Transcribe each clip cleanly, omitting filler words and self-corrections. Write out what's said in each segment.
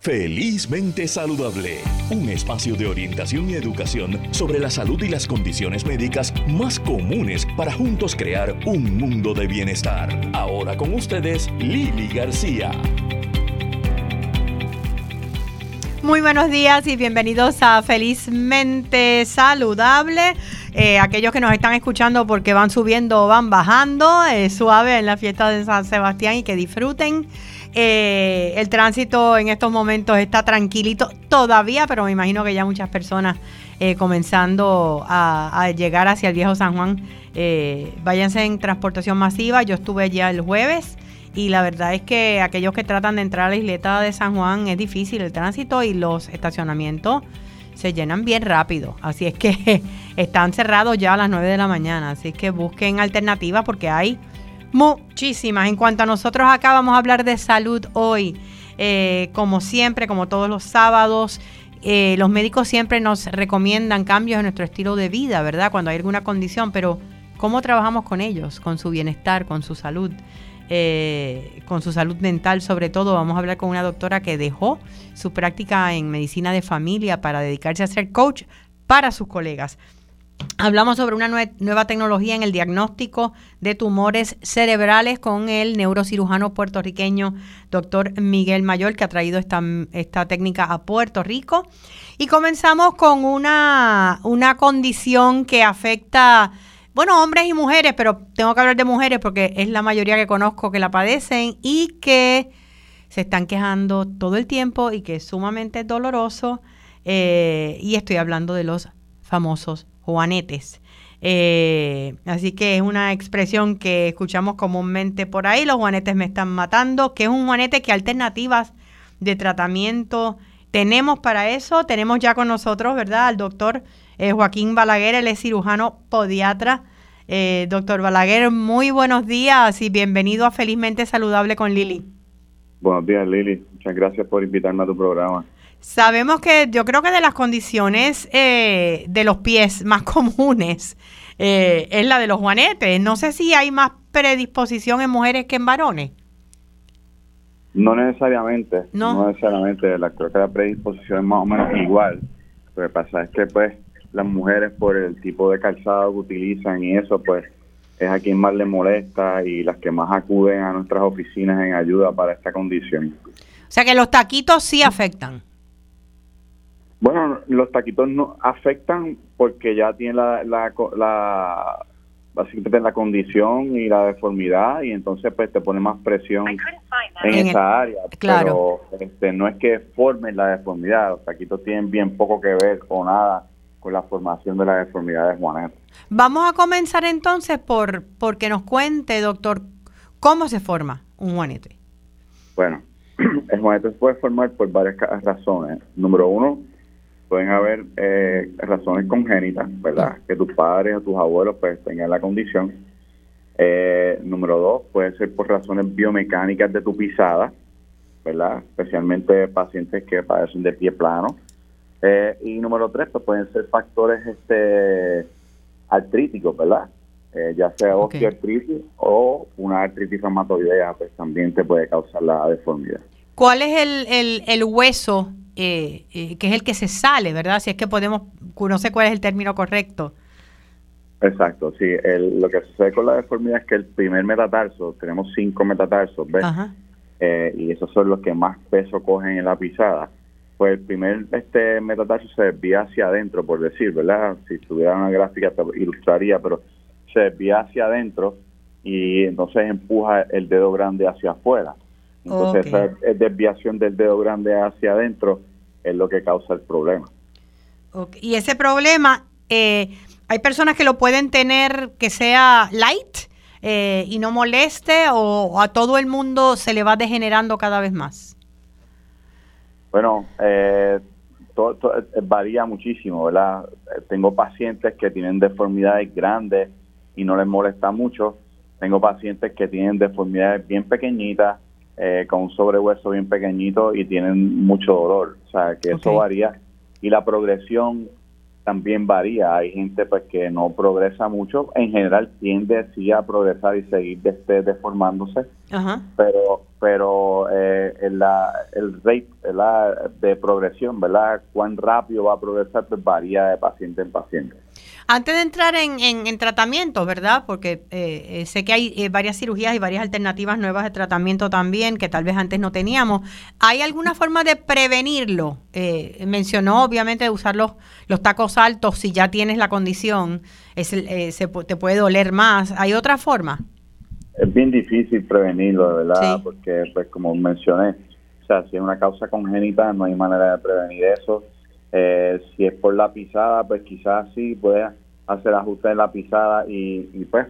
Felizmente Saludable, un espacio de orientación y educación sobre la salud y las condiciones médicas más comunes para juntos crear un mundo de bienestar. Ahora con ustedes, Lili García. Muy buenos días y bienvenidos a Felizmente Saludable. Aquellos que nos están escuchando porque van subiendo o van bajando, suave en la fiesta de San Sebastián y que disfruten. El tránsito en estos momentos está tranquilito todavía, pero me imagino que ya muchas personas comenzando a llegar hacia el Viejo San Juan. Váyanse en transportación masiva. Yo estuve allá el jueves y la verdad es que aquellos que tratan de entrar a la isleta de San Juan es difícil el tránsito y los estacionamientos se llenan bien rápido. Así es que están cerrados ya a las 9 de la mañana. Así que busquen alternativas porque hay muchísimas. En cuanto a nosotros acá vamos a hablar de salud hoy. Como siempre, como todos los sábados, los médicos siempre nos recomiendan cambios en nuestro estilo de vida, ¿verdad? Cuando hay alguna condición, pero ¿cómo trabajamos con ellos? Con su bienestar, con su salud mental sobre todo. Vamos a hablar con una doctora que dejó su práctica en medicina de familia para dedicarse a ser coach para sus colegas. Hablamos sobre una nueva tecnología en el diagnóstico de tumores cerebrales con el neurocirujano puertorriqueño doctor Miguel Mayor, que ha traído esta técnica a Puerto Rico. Y comenzamos con una condición que afecta, bueno, hombres y mujeres, pero tengo que hablar de mujeres porque es la mayoría que conozco que la padecen y que se están quejando todo el tiempo y que es sumamente doloroso. Y estoy hablando de los famosos juanetes. Así que es una expresión que escuchamos comúnmente por ahí. Los juanetes me están matando. ¿Qué es un juanete? ¿Qué alternativas de tratamiento tenemos para eso? Tenemos ya con nosotros, ¿verdad?, al doctor Joaquín Balaguer. Él es cirujano podiatra. Doctor Balaguer, muy buenos días y bienvenido a Felizmente Saludable con Lili. Buenos días, Lili. Muchas gracias por invitarme a tu programa. Sabemos que yo creo que de las condiciones de los pies más comunes es la de los juanetes. No sé si hay más predisposición en mujeres que en varones. No necesariamente. No. No necesariamente. Creo que la predisposición es más o menos igual. Lo que pasa es que pues las mujeres, por el tipo de calzado que utilizan y eso, pues es a quien más les molesta y las que más acuden a nuestras oficinas en ayuda para esta condición. O sea que los taquitos sí afectan. Bueno, los taquitos no afectan porque ya tienen básicamente la condición y la deformidad y entonces pues te pone más presión en esa área. Claro. Pero no es que formen la deformidad. Los taquitos tienen bien poco que ver o nada con la formación de la deformidad de juanete. Vamos a comenzar entonces por que nos cuente, doctor, cómo se forma un juanete. Bueno, el juanete se puede formar por varias razones. Número uno, pueden haber razones congénitas, ¿verdad? Que tus padres o tus abuelos pues tengan la condición. Número dos, puede ser por razones biomecánicas de tu pisada, ¿verdad? Especialmente pacientes que padecen de pie plano. Y número tres, pues pueden ser factores artríticos, ¿verdad? Ya sea osteoartritis o una artritis reumatoidea, pues también te puede causar la deformidad. ¿Cuál es el hueso que es el que se sale, verdad? Si es que podemos, no sé cuál es el término correcto. Exacto, sí. Lo que sucede con la deformidad es que el primer metatarso, tenemos 5 metatarsos, ¿ves? Ajá. Y esos son los que más peso cogen en la pisada. Pues el primer metatarso se desvía hacia adentro, por decir, ¿verdad? Si tuviera una gráfica te ilustraría, pero se desvía hacia adentro y entonces empuja el dedo grande hacia afuera. Entonces esa desviación del dedo grande hacia adentro es lo que causa el problema. Okay. Y ese problema, hay personas que lo pueden tener que sea light y no moleste, o a todo el mundo se le va degenerando cada vez más. Bueno, todo varía muchísimo, ¿verdad? Tengo pacientes que tienen deformidades grandes y no les molesta mucho. Tengo pacientes que tienen deformidades bien pequeñitas, con un sobrehueso bien pequeñito y tienen mucho dolor. O sea, que eso varía. Y la progresión también varía. Hay gente pues que no progresa mucho. En general tiende sí a progresar y seguir deformándose. Ajá. Pero pero el rate, ¿verdad?, de progresión, ¿verdad?, cuán rápido va a progresar, pues varía de paciente en paciente. Antes de entrar en tratamiento, ¿verdad? Porque sé que hay varias cirugías y varias alternativas nuevas de tratamiento también que tal vez antes no teníamos. ¿Hay alguna forma de prevenirlo? Mencionó obviamente usar los tacos altos si ya tienes la condición, te puede doler más. ¿Hay otra forma? Es bien difícil prevenirlo, ¿verdad? Sí. Porque, pues, como mencioné, o sea, si es una causa congénita, no hay manera de prevenir eso. Si es por la pisada, pues quizás sí puedes hacer ajustes en la pisada y pues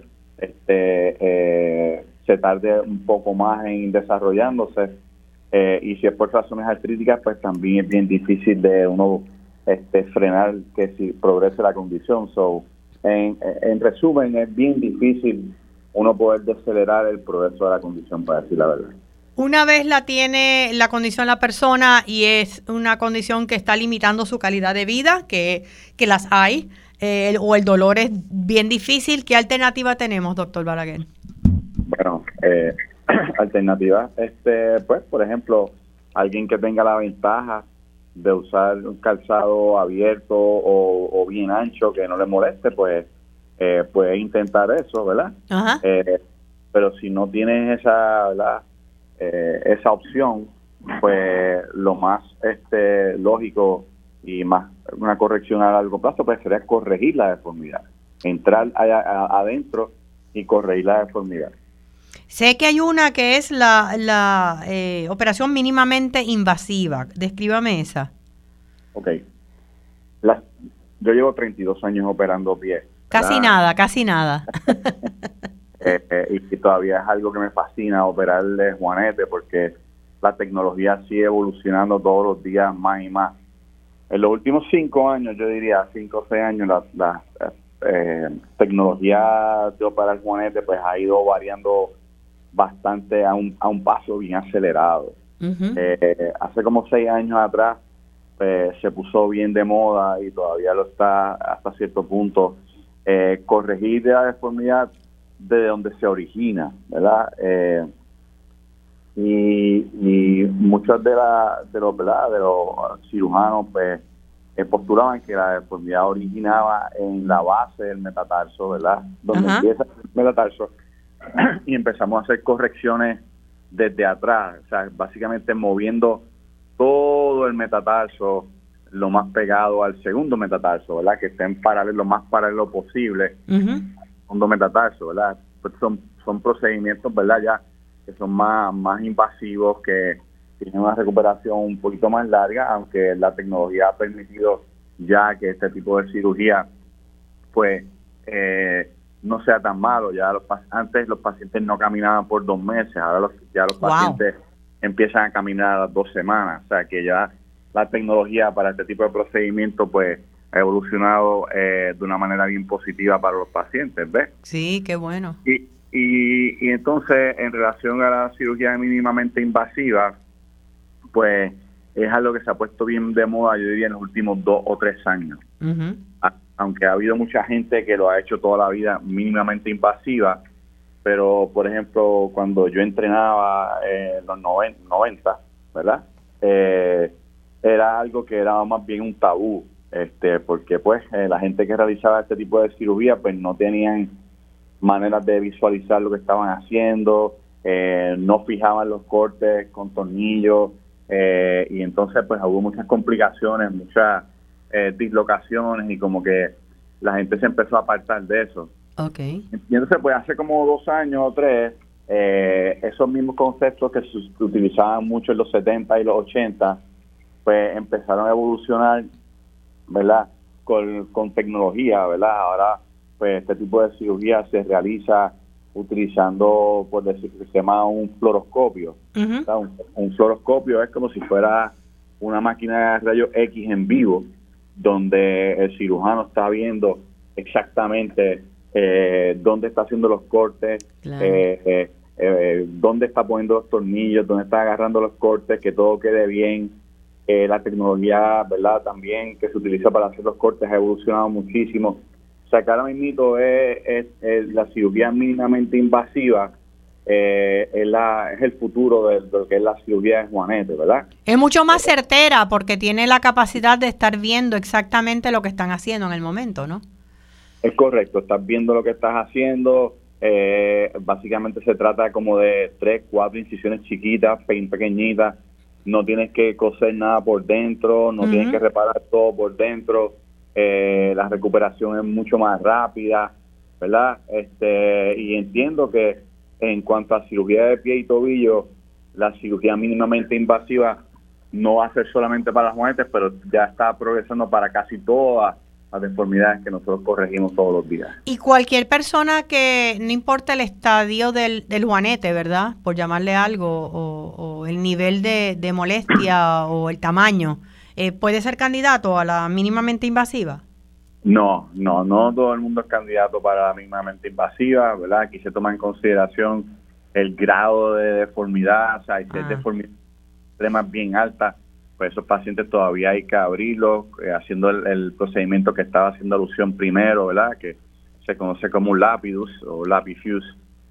se tarde un poco más en desarrollándose. Y si es por razones artríticas, pues también es bien difícil de uno frenar que si progrese la condición. So, en resumen, es bien difícil uno poder decelerar el progreso de la condición, para decir la verdad. Una vez la tiene la condición la persona y es una condición que está limitando su calidad de vida, que las hay, o el dolor es bien difícil, ¿qué alternativa tenemos, doctor Balaguer? Bueno, alternativas, pues, por ejemplo, alguien que tenga la ventaja de usar un calzado abierto o bien ancho que no le moleste, pues puede intentar eso, ¿verdad? Ajá. Pero si no tienes esa, ¿verdad?, esa opción, pues lo más lógico y más una corrección a largo plazo pues sería corregir la deformidad, entrar adentro y corregir la deformidad. Sé que hay una que es la operación mínimamente invasiva. Descríbame esa. Ok. Yo llevo 32 años operando pies. Casi nada, casi nada. Y todavía es algo que me fascina operar de juanete porque la tecnología sigue evolucionando todos los días más y más. En los últimos 5 años, yo diría 5 o 6 años, la tecnología de operar juanete pues ha ido variando bastante a un paso bien acelerado. Uh-huh. Hace como 6 años atrás se puso bien de moda y todavía lo está hasta cierto punto, corregir la deformidad de donde se origina, ¿verdad? Y muchos de los cirujanos pues postulaban que la deformidad originaba en la base del metatarso, ¿verdad? Donde Ajá. empieza el metatarso, y empezamos a hacer correcciones desde atrás, o sea, básicamente moviendo todo el metatarso lo más pegado al segundo metatarso, ¿verdad? Que esté en paralelo, lo más paralelo posible. Uh-huh. Segundo metatarso, ¿verdad? Pues son procedimientos, ¿verdad?, ya que son más invasivos, que tienen una recuperación un poquito más larga, aunque la tecnología ha permitido ya que este tipo de cirugía pues no sea tan malo. Ya antes los pacientes no caminaban por 2 meses, ahora los pacientes empiezan a caminar a las 2 semanas, o sea que ya la tecnología para este tipo de procedimiento pues ha evolucionado de una manera bien positiva para los pacientes, ¿ves? Sí, qué bueno. Y entonces, en relación a la cirugía mínimamente invasiva, pues es algo que se ha puesto bien de moda, yo diría, en los últimos 2 o 3 años. Uh-huh. Aunque ha habido mucha gente que lo ha hecho toda la vida mínimamente invasiva, pero, por ejemplo, cuando yo entrenaba en los 90, ¿verdad? Era algo que era más bien un tabú, porque pues la gente que realizaba este tipo de cirugía pues no tenían maneras de visualizar lo que estaban haciendo, no fijaban los cortes con tornillos, y entonces pues hubo muchas complicaciones, muchas dislocaciones, y como que la gente se empezó a apartar de eso. Okay. Y entonces pues hace como 2 años o 3, esos mismos conceptos que se utilizaban mucho en los 70 y los 80, pues empezaron a evolucionar, ¿verdad?, con tecnología, ¿verdad? Ahora pues este tipo de cirugía se realiza utilizando, por decir, que se llama un fluoroscopio. Uh-huh. O sea, un fluoroscopio es como si fuera una máquina de rayos X en vivo, donde el cirujano está viendo exactamente dónde está haciendo los cortes, claro, dónde está poniendo los tornillos, dónde está agarrando los cortes, que todo quede bien. La tecnología, ¿verdad?, también que se utiliza para hacer los cortes ha evolucionado muchísimo. O sea, que ahora mismo es la cirugía mínimamente invasiva, es el futuro de lo que es la cirugía de juanetes, ¿verdad? Es mucho más certera porque tiene la capacidad de estar viendo exactamente lo que están haciendo en el momento, ¿no? Es correcto, estás viendo lo que estás haciendo. Básicamente se trata como de 3, 4 incisiones chiquitas, pequeñitas. No tienes que coser nada por dentro, no tienes que reparar todo por dentro. La recuperación es mucho más rápida, ¿verdad? Y entiendo que en cuanto a cirugía de pie y tobillo, la cirugía mínimamente invasiva no va a ser solamente para las juanetes, pero ya está progresando para casi todas las deformidades que nosotros corregimos todos los días. Y cualquier persona que, no importa el estadio del juanete, ¿verdad? Por llamarle algo, o el nivel de molestia o el tamaño, ¿puede ser candidato a la mínimamente invasiva? No todo el mundo es candidato para la mínimamente invasiva, ¿verdad? Aquí se toma en consideración el grado de deformidad, o sea, si es deformidad extremas bien alta, pues esos pacientes todavía hay que abrirlos, haciendo el procedimiento que estaba haciendo alusión primero, ¿verdad? Que se conoce como un lapidus o lapifuse.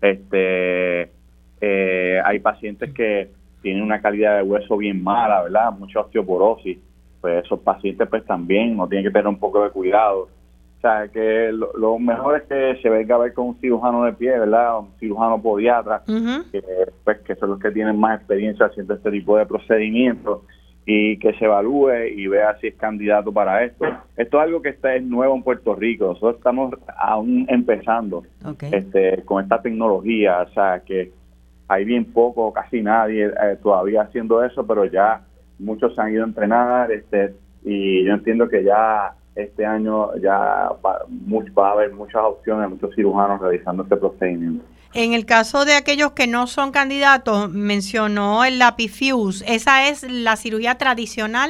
Hay pacientes que tienen una calidad de hueso bien mala, ¿verdad? Mucha osteoporosis. Pues esos pacientes pues también uno tiene que tener un poco de cuidado. O sea, que lo mejor es que se venga a ver con un cirujano de pie, ¿verdad? Un cirujano podiatra, que son los que tienen más experiencia haciendo este tipo de procedimientos, y que se evalúe y vea si es candidato para esto. Esto es algo que es nuevo en Puerto Rico. Nosotros estamos aún empezando con esta tecnología. O sea, que hay bien poco, casi nadie todavía haciendo eso, pero ya muchos se han ido a entrenar, y yo entiendo que ya este año ya va a haber muchas opciones, muchos cirujanos realizando este procedimiento. En el caso de aquellos que no son candidatos, mencionó el lapifuse. ¿Esa es la cirugía tradicional?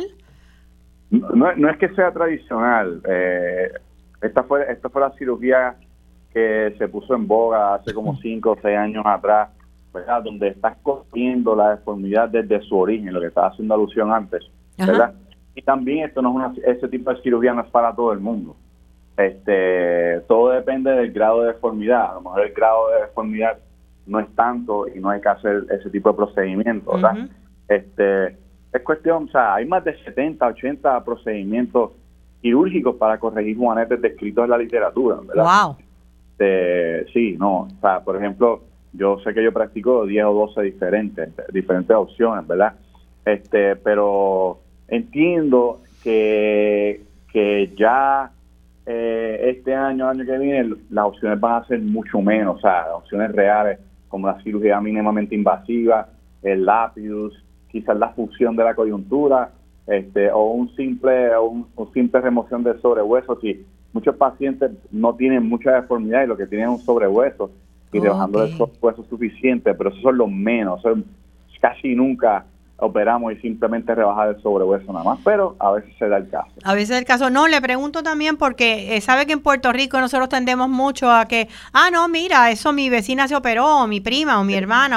No es que sea tradicional. Esta fue la cirugía que se puso en boga hace como 5 o 6 años atrás, ¿verdad? Donde estás cogiendo la deformidad desde su origen, lo que estaba haciendo alusión antes, ¿verdad? Y también esto no es ese tipo de cirugía no es para todo el mundo. Todo depende del grado de deformidad. A lo mejor el grado de deformidad no es tanto y no hay que hacer ese tipo de procedimientos, ¿verdad? Es cuestión, o sea, hay más de 70, 80 procedimientos quirúrgicos para corregir juanetes descritos en la literatura, ¿verdad? Wow. Sí, no, o sea, por ejemplo, yo sé que yo practico 10 o 12 diferentes opciones, ¿verdad? Pero entiendo que ya este año que viene, las opciones van a ser mucho menos, o sea, opciones reales como la cirugía mínimamente invasiva, el lapidus, quizás la fusión de la coyuntura, o un simple remoción del sobrehueso. Si muchos pacientes no tienen mucha deformidad y lo que tienen es un sobrehueso, y rebajando el sobrehueso suficiente, pero esos son los menos. Casi nunca operamos y simplemente rebajar el sobrehueso nada más, pero a veces se da el caso. A veces el caso. No, le pregunto también porque sabe que en Puerto Rico nosotros tendemos mucho a que, no, mira, eso mi vecina se operó, o mi prima, o mi hermana,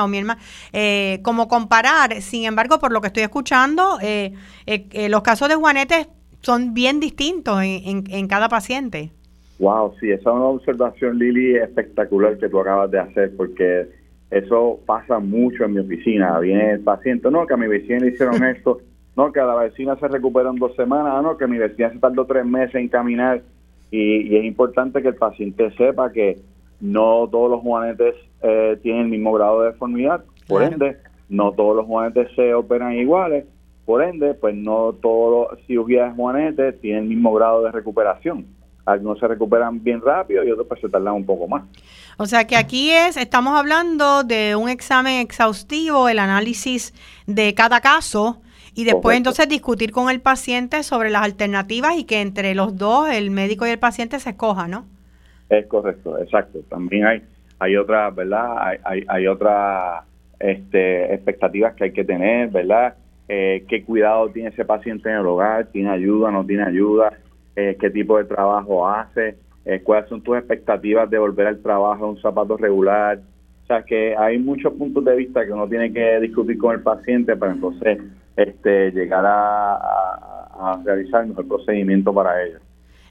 como comparar. Sin embargo, por lo que estoy escuchando, los casos de juanetes son bien distintos en cada paciente. Wow, sí, esa es una observación, Lili, espectacular que tú acabas de hacer, porque eso pasa mucho en mi oficina. Viene el paciente, no, que a mi vecina le hicieron esto, no, que a la vecina se recuperó en 2 semanas, no, que mi vecina se tardó 3 meses en caminar. Y es importante que el paciente sepa que no todos los juanetes tienen el mismo grado de deformidad, por ende, no todos los juanetes se operan iguales, por ende, pues no todas las cirugías de juanetes tienen el mismo grado de recuperación. Algunos se recuperan bien rápido y otros pues se tardan un poco más. O sea que aquí estamos hablando de un examen exhaustivo, el análisis de cada caso, y después entonces discutir con el paciente sobre las alternativas y que entre los dos, el médico y el paciente, se escoja, ¿no? Es correcto, exacto. También hay otras, ¿verdad? Hay otras expectativas que hay que tener, ¿verdad? ¿Qué cuidado tiene ese paciente en el hogar? ¿Tiene ayuda, no tiene ayuda? ¿Qué tipo de trabajo hace? ¿Cuáles son tus expectativas de volver al trabajo en un zapato regular? O sea, que hay muchos puntos de vista que uno tiene que discutir con el paciente para entonces llegar a realizar el mejor procedimiento para ellos.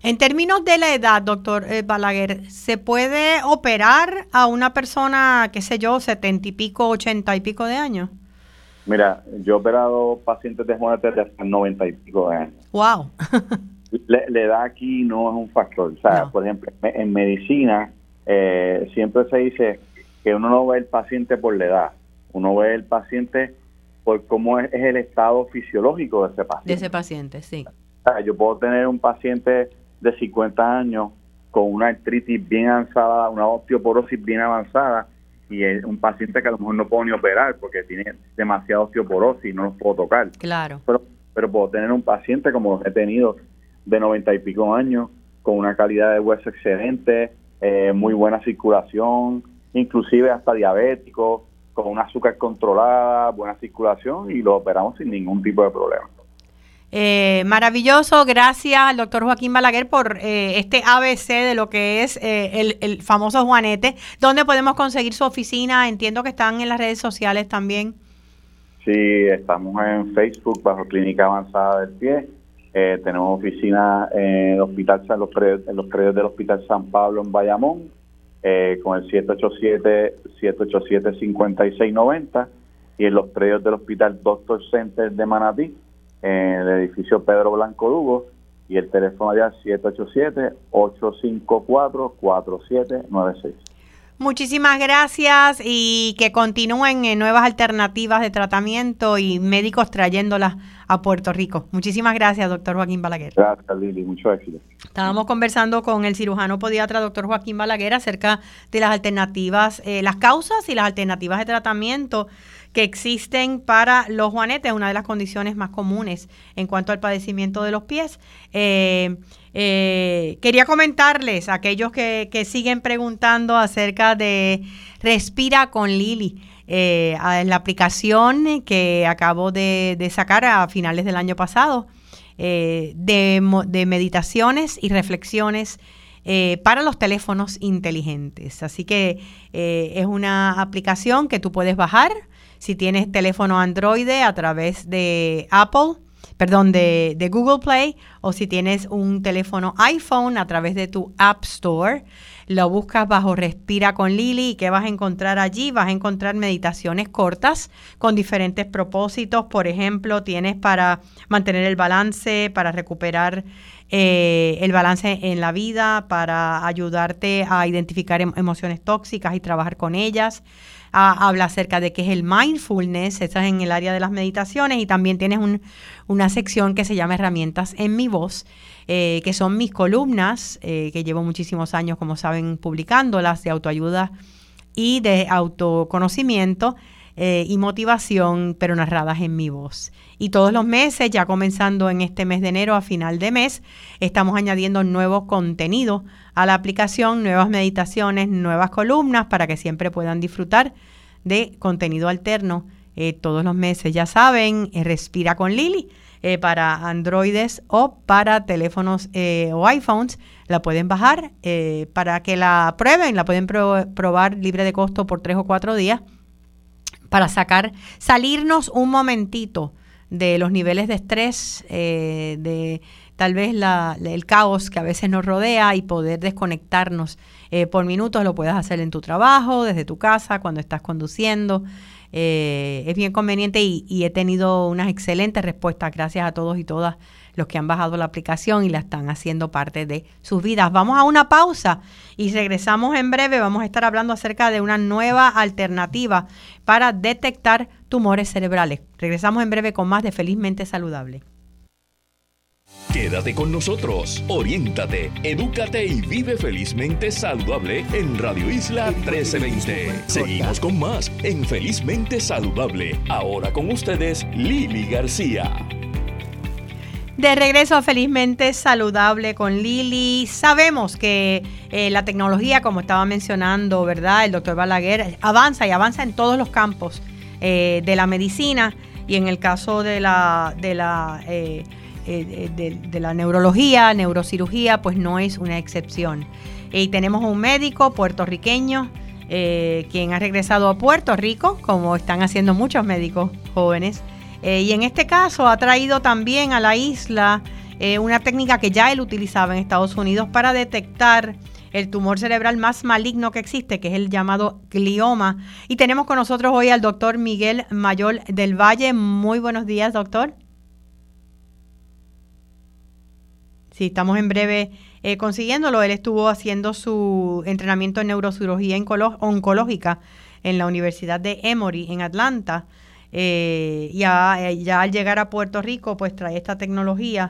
En términos de la edad, doctor Balaguer, ¿se puede operar a una persona, qué sé yo, 70 y pico, 80 y pico de años? Mira, yo he operado pacientes de juanetes de hasta 90 y pico de años. ¡Wow! La edad aquí no es un factor. O sea, No. por ejemplo, en medicina siempre se dice que uno no ve el paciente por la edad, uno ve el paciente por cómo es el estado fisiológico de ese paciente. De ese paciente, sí. O sea, yo puedo tener un paciente de 50 años con una artritis bien avanzada, una osteoporosis bien avanzada, y es un paciente que a lo mejor no puedo ni operar porque tiene demasiada osteoporosis y no los puedo tocar. Claro. Pero puedo tener un paciente como los he tenido de 90 y pico años, con una calidad de hueso excelente, muy buena circulación, inclusive hasta diabético, con un azúcar controlada, buena circulación, y lo operamos sin ningún tipo de problema. Maravilloso, gracias al doctor Joaquín Balaguer por este ABC de lo que es el famoso juanete. ¿Dónde podemos conseguir su oficina? Entiendo que están en las redes sociales también. Sí, estamos en Facebook bajo Clínica Avanzada del Pie. Tenemos oficina en el hospital, en los predios del Hospital San Pablo en Bayamón, con el 787-787-5690, y en los predios del Hospital Doctor Center de Manatí, en el edificio Pedro Blanco Lugo, y el teléfono allá 787-854-4796. Muchísimas gracias y que continúen en nuevas alternativas de tratamiento y médicos trayéndolas a Puerto Rico. Muchísimas gracias, doctor Joaquín Balaguer. Gracias, Lili. Mucho éxito. Estábamos conversando con el cirujano podiatra, doctor Joaquín Balaguer, acerca de las alternativas, las causas y las alternativas de tratamiento que existen para los juanetes, una de las condiciones más comunes en cuanto al padecimiento de los pies. Quería comentarles a aquellos que siguen preguntando acerca de Respira con Lili, la aplicación que acabo de sacar a finales del año pasado, de meditaciones y reflexiones para los teléfonos inteligentes. Así que es una aplicación que tú puedes bajar si tienes teléfono Android a través de de Google Play, o si tienes un teléfono iPhone a través de tu App Store. Lo buscas bajo Respira con Lili, y ¿qué vas a encontrar allí? Vas a encontrar meditaciones cortas con diferentes propósitos. Por ejemplo, tienes para mantener el balance, para recuperar el balance en la vida, para ayudarte a identificar emociones tóxicas y trabajar con ellas. Habla acerca de qué es el mindfulness, eso es en el área de las meditaciones, y también tienes una sección que se llama Herramientas en mi voz, que son mis columnas, que llevo muchísimos años, como saben, publicándolas, de autoayuda y de autoconocimiento y motivación, pero narradas en mi voz. Y todos los meses, ya comenzando en este mes de enero a final de mes, estamos añadiendo nuevo contenido a la aplicación, nuevas meditaciones, nuevas columnas, para que siempre puedan disfrutar de contenido alterno todos los meses. Ya saben, Respira con Lili, para androides o para teléfonos o iPhones, la pueden bajar para que la prueben. La pueden probar libre de costo por 3 o 4 días para salirnos un momentito de los niveles de estrés, de tal vez el caos que a veces nos rodea, y poder desconectarnos por minutos. Lo puedes hacer en tu trabajo, desde tu casa, cuando estás conduciendo. Es bien conveniente y he tenido unas excelentes respuestas, gracias a todos y todas los que han bajado la aplicación y la están haciendo parte de sus vidas. Vamos a una pausa y regresamos en breve. Vamos a estar hablando acerca de una nueva alternativa para detectar tumores cerebrales. Regresamos en breve con más de Felizmente Saludable. Quédate con nosotros, oriéntate, edúcate y vive felizmente saludable en Radio Isla 1320. Seguimos con más en Felizmente Saludable. Ahora con ustedes, Lili García. De regreso a Felizmente Saludable con Lili. Sabemos que la tecnología, como estaba mencionando, ¿verdad? El doctor Balaguer avanza y avanza en todos los campos de la medicina, y en el caso de la neurología, neurocirugía, pues no es una excepción. Y tenemos un médico puertorriqueño quien ha regresado a Puerto Rico, como están haciendo muchos médicos jóvenes, y en este caso ha traído también a la isla una técnica que ya él utilizaba en Estados Unidos para detectar el tumor cerebral más maligno que existe, que es el llamado glioma. Y tenemos con nosotros hoy al doctor Miguel Mayol del Valle. Muy buenos días, doctor. Sí, estamos en breve consiguiéndolo. Él estuvo haciendo su entrenamiento en neurocirugía oncológica en la Universidad de Emory en Atlanta. Ya al llegar a Puerto Rico, pues trae esta tecnología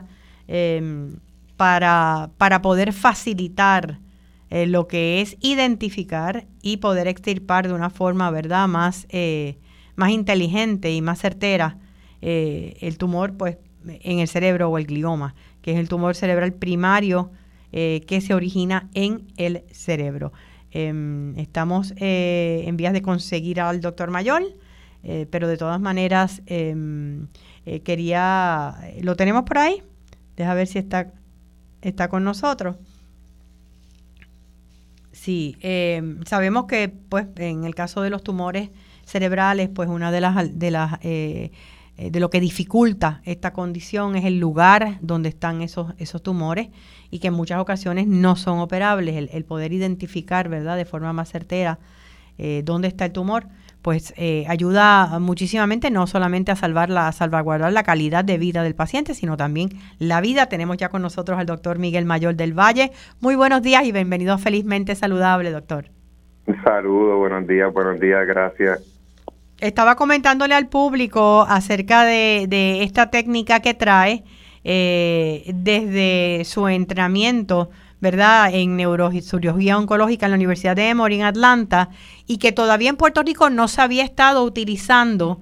para poder facilitar lo que es identificar y poder extirpar de una forma, ¿verdad?, más inteligente y más certera el tumor, pues, en el cerebro, o el glioma, que es el tumor cerebral primario que se origina en el cerebro. Estamos en vías de conseguir al doctor Mayol, pero de todas maneras ¿lo tenemos por ahí? Deja ver si está con nosotros. Sí, sabemos que, pues, en el caso de los tumores cerebrales, pues una de lo que dificulta esta condición es el lugar donde están esos tumores, y que en muchas ocasiones no son operables. El poder identificar, ¿verdad?, de forma más certera dónde está el tumor, pues ayuda muchísimamente, no solamente a salvaguardar la calidad de vida del paciente, sino también la vida. Tenemos ya con nosotros al doctor Miguel Mayol del Valle. Muy buenos días y bienvenido a Felizmente Saludable, doctor. Saludos, buenos días, gracias. Estaba comentándole al público acerca de esta técnica que trae desde su entrenamiento, ¿verdad?, en neurocirugía oncológica en la Universidad de Emory en Atlanta, y que todavía en Puerto Rico no se había estado utilizando.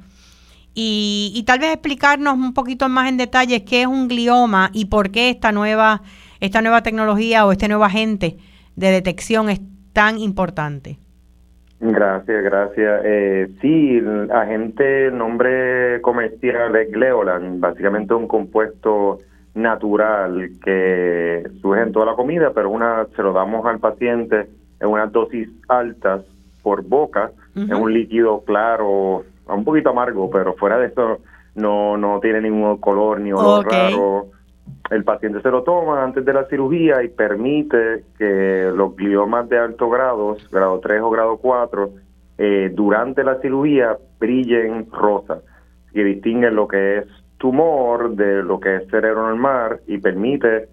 Y tal vez explicarnos un poquito más en detalle qué es un glioma y por qué esta nueva tecnología o este nuevo agente de detección es tan importante. Gracias. Sí, el agente, el nombre comercial es Gleolan, básicamente un compuesto natural que surge en toda la comida, pero se lo damos al paciente en unas dosis altas por boca. Es un líquido claro, un poquito amargo, pero fuera de eso no tiene ningún color ni olor raro. El paciente se lo toma antes de la cirugía y permite que los gliomas de alto grado 3 o grado 4, durante la cirugía brillen rosa, y distinguen lo que es tumor de lo que es cerebro normal, y permite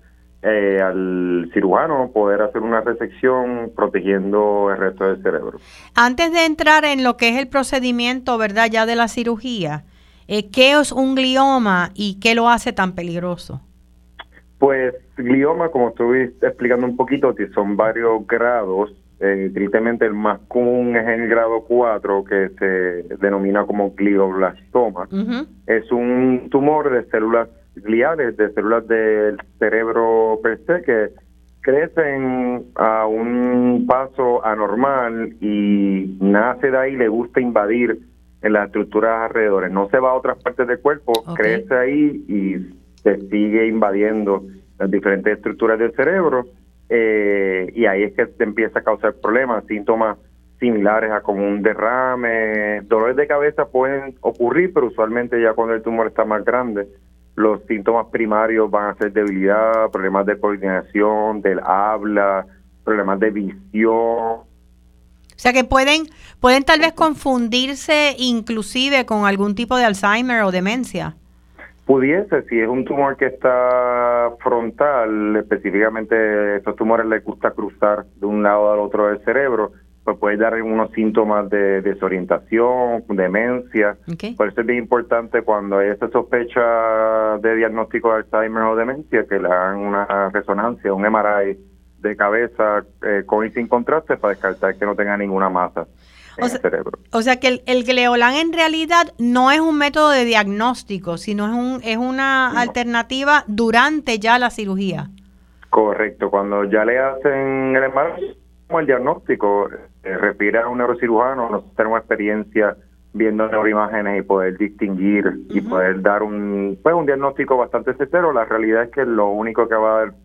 al cirujano poder hacer una resección protegiendo el resto del cerebro. Antes de entrar en lo que es el procedimiento, ¿verdad?, ya de la cirugía, ¿qué es un glioma y qué lo hace tan peligroso? Pues glioma, como estuve explicando un poquito, que son varios grados. Tristemente el más común es el grado 4, que se denomina como glioblastoma. Es un tumor de células gliales, de células del cerebro per se, que crecen a un paso anormal y nace de ahí, le gusta invadir en las estructuras alrededores. No se va a otras partes del cuerpo, crece ahí y se sigue invadiendo las diferentes estructuras del cerebro, y ahí es que se empieza a causar problemas, síntomas similares a como un derrame. Dolores de cabeza pueden ocurrir, pero usualmente ya cuando el tumor está más grande, los síntomas primarios van a ser debilidad, problemas de coordinación, del habla, problemas de visión. O sea que pueden tal vez confundirse inclusive con algún tipo de Alzheimer o demencia. Pudiese, si es un tumor que está frontal, específicamente a estos tumores les gusta cruzar de un lado al otro del cerebro, pues puede dar unos síntomas de desorientación, demencia. Por eso es bien importante cuando hay esa sospecha de diagnóstico de Alzheimer o demencia, que le hagan una resonancia, un MRI de cabeza con y sin contraste, para descartar que no tenga ninguna masa en el cerebro. O sea que el Gleolan en realidad no es un método de diagnóstico, sino es una alternativa durante ya la cirugía. Correcto, cuando ya le hacen el embarazo, como el diagnóstico, refiere a un neurocirujano, no tenemos experiencia viendo neuroimágenes y poder distinguir y poder dar un diagnóstico bastante certero. La realidad es que lo único que va a dar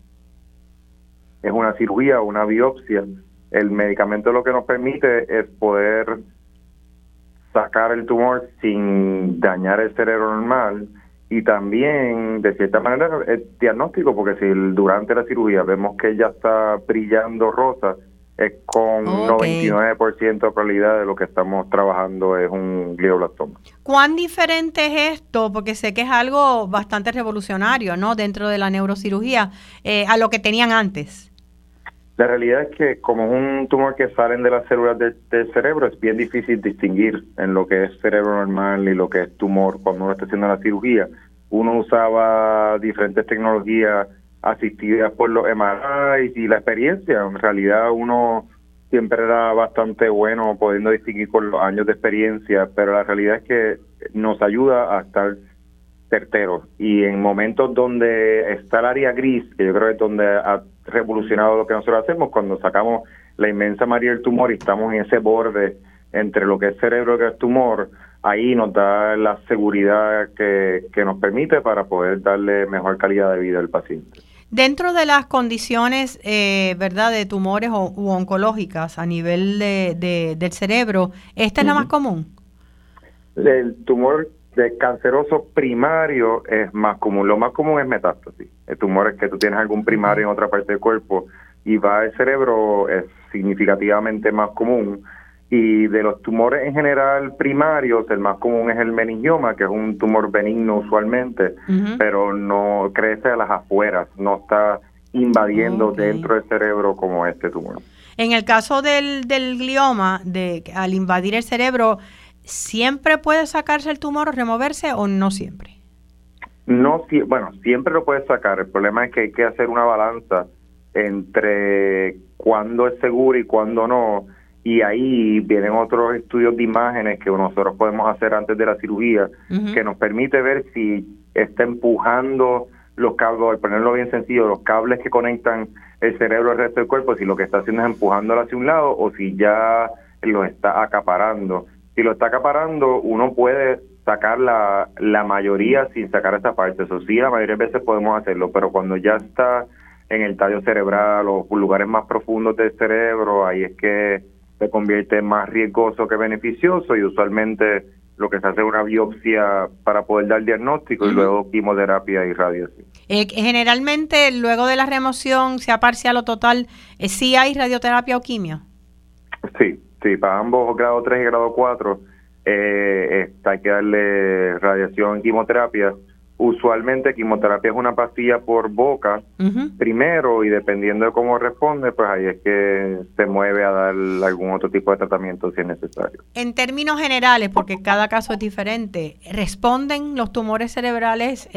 es una cirugía o una biopsia. El medicamento lo que nos permite es poder sacar el tumor sin dañar el cerebro normal y también, de cierta manera, es diagnóstico, porque si durante la cirugía vemos que ella está brillando rosa, es con 99% de probabilidad de lo que estamos trabajando es un glioblastoma. ¿Cuán diferente es esto? Porque sé que es algo bastante revolucionario, ¿no? Dentro de la neurocirugía, a lo que tenían antes. La realidad es que como es un tumor que salen de las células del cerebro, es bien difícil distinguir en lo que es cerebro normal y lo que es tumor cuando uno está haciendo la cirugía. Uno usaba diferentes tecnologías asistidas por los MRIs y la experiencia. En realidad uno siempre era bastante bueno pudiendo distinguir con los años de experiencia, pero la realidad es que nos ayuda a estar certeros. Y en momentos donde está el área gris, que yo creo que es donde ha revolucionado lo que nosotros hacemos, cuando sacamos la inmensa mayoría del tumor y estamos en ese borde entre lo que es cerebro y lo que es tumor, ahí nos da la seguridad que nos permite para poder darle mejor calidad de vida al paciente. Dentro de las condiciones, ¿verdad?, de tumores u oncológicas a nivel del cerebro, ¿esta es la más común? El tumor canceroso primario es más común. Lo más común es metástasis. El tumor es que tú tienes algún primario en otra parte del cuerpo y va al cerebro, es significativamente más común. Y de los tumores en general primarios, el más común es el meningioma, que es un tumor benigno usualmente, pero no crece a las afueras, no está invadiendo dentro del cerebro como este tumor. En el caso del glioma, al invadir el cerebro, ¿siempre puede sacarse el tumor o removerse o no siempre? No, bueno, siempre lo puedes sacar. El problema es que hay que hacer una balanza entre cuándo es seguro y cuándo no. Y ahí vienen otros estudios de imágenes que nosotros podemos hacer antes de la cirugía, que nos permite ver si está empujando los cables, por ponerlo bien sencillo, los cables que conectan el cerebro al resto del cuerpo, si lo que está haciendo es empujándolo hacia un lado o si ya lo está acaparando. Si lo está acaparando, uno puede sacar la mayoría sin sacar esa parte. Eso sí, la mayoría de veces podemos hacerlo, pero cuando ya está en el tallo cerebral o lugares más profundos del cerebro, ahí es que se convierte en más riesgoso que beneficioso, y usualmente lo que se hace es una biopsia para poder dar diagnóstico y luego quimioterapia y radiación. Generalmente, luego de la remoción, sea parcial o total, ¿sí hay radioterapia o quimio? Sí, para ambos, grado 3 y grado 4, hay que darle radiación y quimioterapia. Usualmente quimioterapia es una pastilla por boca primero, y dependiendo de cómo responde, pues ahí es que se mueve a dar algún otro tipo de tratamiento si es necesario. En términos generales, porque cada caso es diferente, ¿responden los tumores cerebrales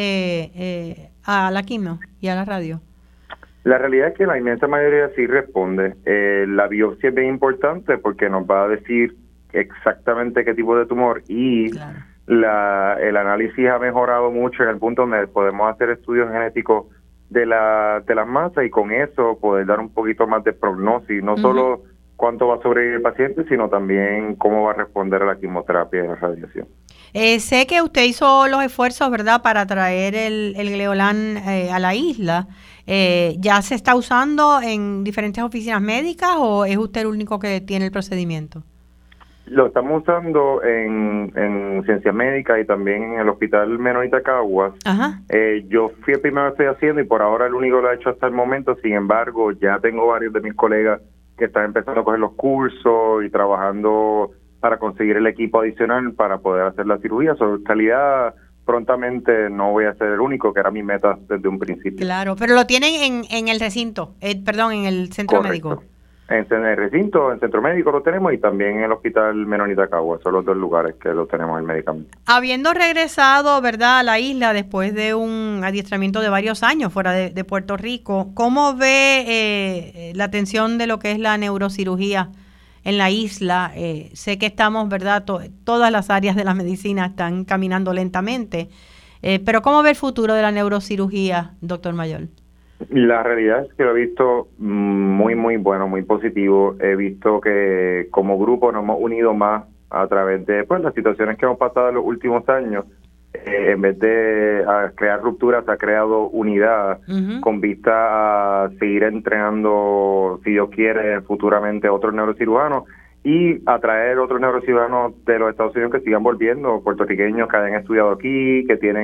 a la quimio y a la radio? La realidad es que la inmensa mayoría sí responde. La biopsia es bien importante porque nos va a decir exactamente qué tipo de tumor, y claro, el análisis ha mejorado mucho en el punto donde podemos hacer estudios genéticos de las masas y con eso poder dar un poquito más de prognosis, no solo cuánto va a sobrevivir el paciente, sino también cómo va a responder a la quimioterapia y la radiación. Sé que usted hizo los esfuerzos, ¿verdad?, para traer el Gleolan a la isla. ¿Ya se está usando en diferentes oficinas médicas o es usted el único que tiene el procedimiento? Lo estamos usando en Ciencias Médicas y también en el Hospital Menonita Caguas. Yo fui el primero que estoy haciendo y por ahora el único que lo he hecho hasta el momento. Sin embargo, ya tengo varios de mis colegas que están empezando a coger los cursos y trabajando para conseguir el equipo adicional para poder hacer la cirugía. En realidad, prontamente no voy a ser el único, que era mi meta desde un principio. Claro, pero lo tienen en el recinto, en el centro Correcto. médico. En el recinto, en el centro médico lo tenemos, y también en el Hospital Menonita Caguas. Son los dos lugares que lo tenemos el medicamento. Habiendo regresado, ¿verdad?, a la isla después de un adiestramiento de varios años fuera de Puerto Rico, ¿cómo ve la atención de lo que es la neurocirugía en la isla? Sé que estamos, ¿verdad?, todas las áreas de la medicina están caminando lentamente, pero ¿cómo ve el futuro de la neurocirugía, doctor Mayol? La realidad es que lo he visto muy, muy bueno, muy positivo. He visto que como grupo nos hemos unido más a través de las situaciones que hemos pasado en los últimos años. En vez de crear rupturas, se ha creado unidad con vista a seguir entrenando, si Dios quiere, futuramente otros neurocirujanos, y atraer otros neurocirujanos de los Estados Unidos que sigan volviendo, puertorriqueños que hayan estudiado aquí, que tienen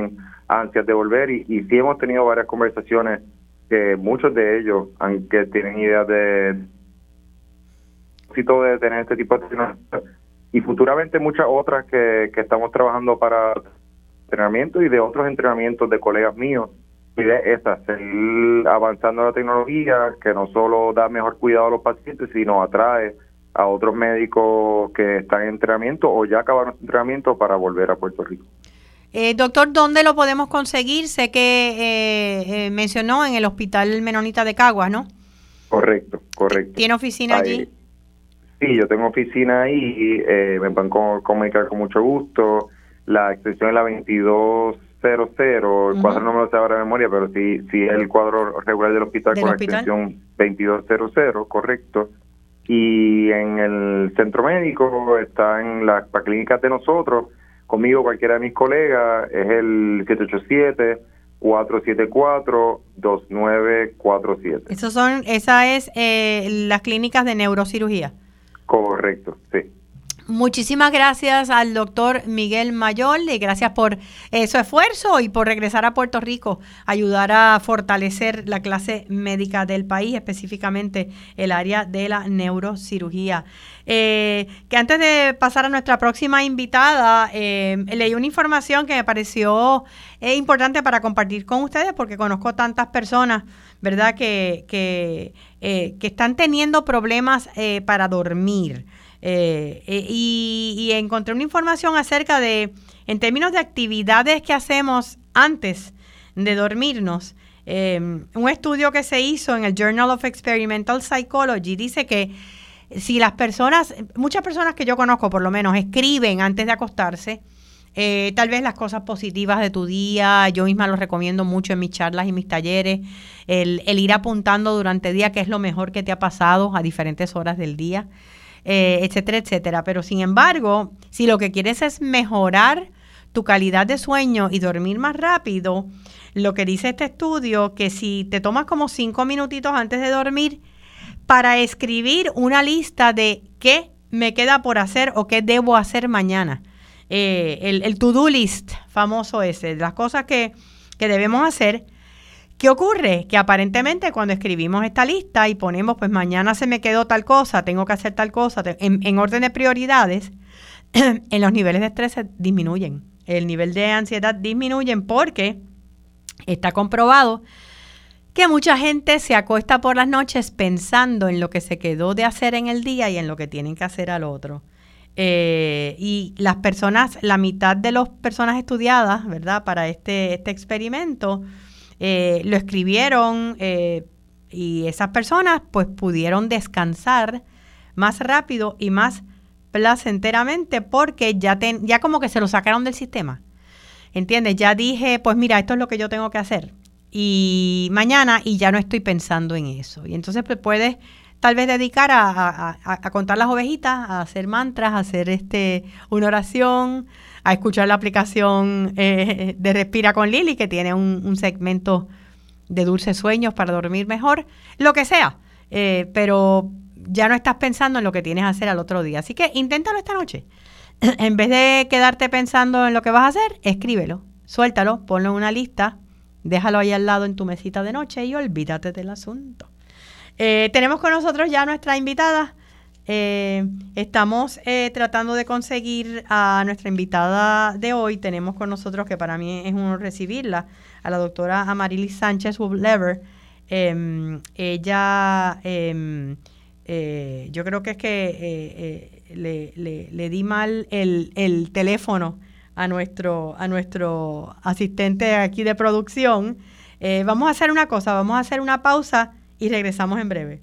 ansias de volver y sí hemos tenido varias conversaciones que muchos de ellos, aunque tienen ideas de tener este tipo de tecnología y futuramente muchas otras que estamos trabajando para entrenamiento y de otros entrenamientos de colegas míos. Y de esa, seguir avanzando la tecnología que no solo da mejor cuidado a los pacientes, sino atrae a otros médicos que están en entrenamiento o ya acabaron su entrenamiento para volver a Puerto Rico. Doctor, ¿dónde lo podemos conseguir? Sé que mencionó en el Hospital Menonita de Caguas, ¿no? Correcto. ¿Tiene oficina allí? Sí, yo tengo oficina ahí, me pueden comunicar con mucho gusto. La extensión es la 2200, el cuadro no me lo sé ahora de memoria, pero sí es el cuadro regular del hospital con la extensión 2200, correcto. Y en el centro médico está en las clínicas de nosotros, conmigo cualquiera de mis colegas, es el 787-474-2947. Esa es las clínicas de neurocirugía. Correcto, sí. Muchísimas gracias al doctor Miguel Mayol y gracias por su esfuerzo y por regresar a Puerto Rico, ayudar a fortalecer la clase médica del país, específicamente el área de la neurocirugía. Que antes de pasar a nuestra próxima invitada, leí una información que me pareció importante para compartir con ustedes porque conozco tantas personas, ¿verdad?, que están teniendo problemas para dormir. Y encontré una información acerca de, en términos de actividades que hacemos antes de dormirnos, un estudio que se hizo en el Journal of Experimental Psychology dice que si muchas personas que yo conozco por lo menos escriben antes de acostarse, tal vez las cosas positivas de tu día, yo misma lo recomiendo mucho en mis charlas y mis talleres, el ir apuntando durante el día qué es lo mejor que te ha pasado a diferentes horas del día, etcétera, etcétera. Pero sin embargo, si lo que quieres es mejorar tu calidad de sueño y dormir más rápido, lo que dice este estudio, que si te tomas como 5 minutitos antes de dormir para escribir una lista de qué me queda por hacer o qué debo hacer mañana, el to-do list famoso ese, las cosas que debemos hacer. ¿Qué ocurre? Que aparentemente cuando escribimos esta lista y ponemos, pues mañana se me quedó tal cosa, tengo que hacer tal cosa, en orden de prioridades, en los niveles de estrés se disminuyen. El nivel de ansiedad disminuyen porque está comprobado que mucha gente se acuesta por las noches pensando en lo que se quedó de hacer en el día y en lo que tienen que hacer al otro. Y las personas, la mitad de las personas estudiadas, ¿verdad?, para este experimento, lo escribieron y esas personas pues pudieron descansar más rápido y más placenteramente porque ya como que se lo sacaron del sistema, ¿entiendes? Ya dije, pues mira, esto es lo que yo tengo que hacer y mañana y ya no estoy pensando en eso. Y entonces pues puedes tal vez dedicar a contar las ovejitas, a hacer mantras, a hacer una oración, a escuchar la aplicación de Respira con Lili, que tiene un segmento de dulces sueños para dormir mejor, lo que sea, pero ya no estás pensando en lo que tienes que hacer al otro día. Así que inténtalo esta noche. En vez de quedarte pensando en lo que vas a hacer, escríbelo, suéltalo, ponlo en una lista, déjalo ahí al lado en tu mesita de noche y olvídate del asunto. Tenemos con nosotros ya nuestra invitada. Estamos tratando de conseguir a nuestra invitada de hoy. Tenemos con nosotros, que para mí es un honor recibirla, a la doctora Amarilis Sánchez Woodlever. Ella, yo creo que es que le di mal el teléfono a nuestro asistente aquí de producción. Vamos a hacer una cosa, vamos a hacer una pausa y regresamos en breve.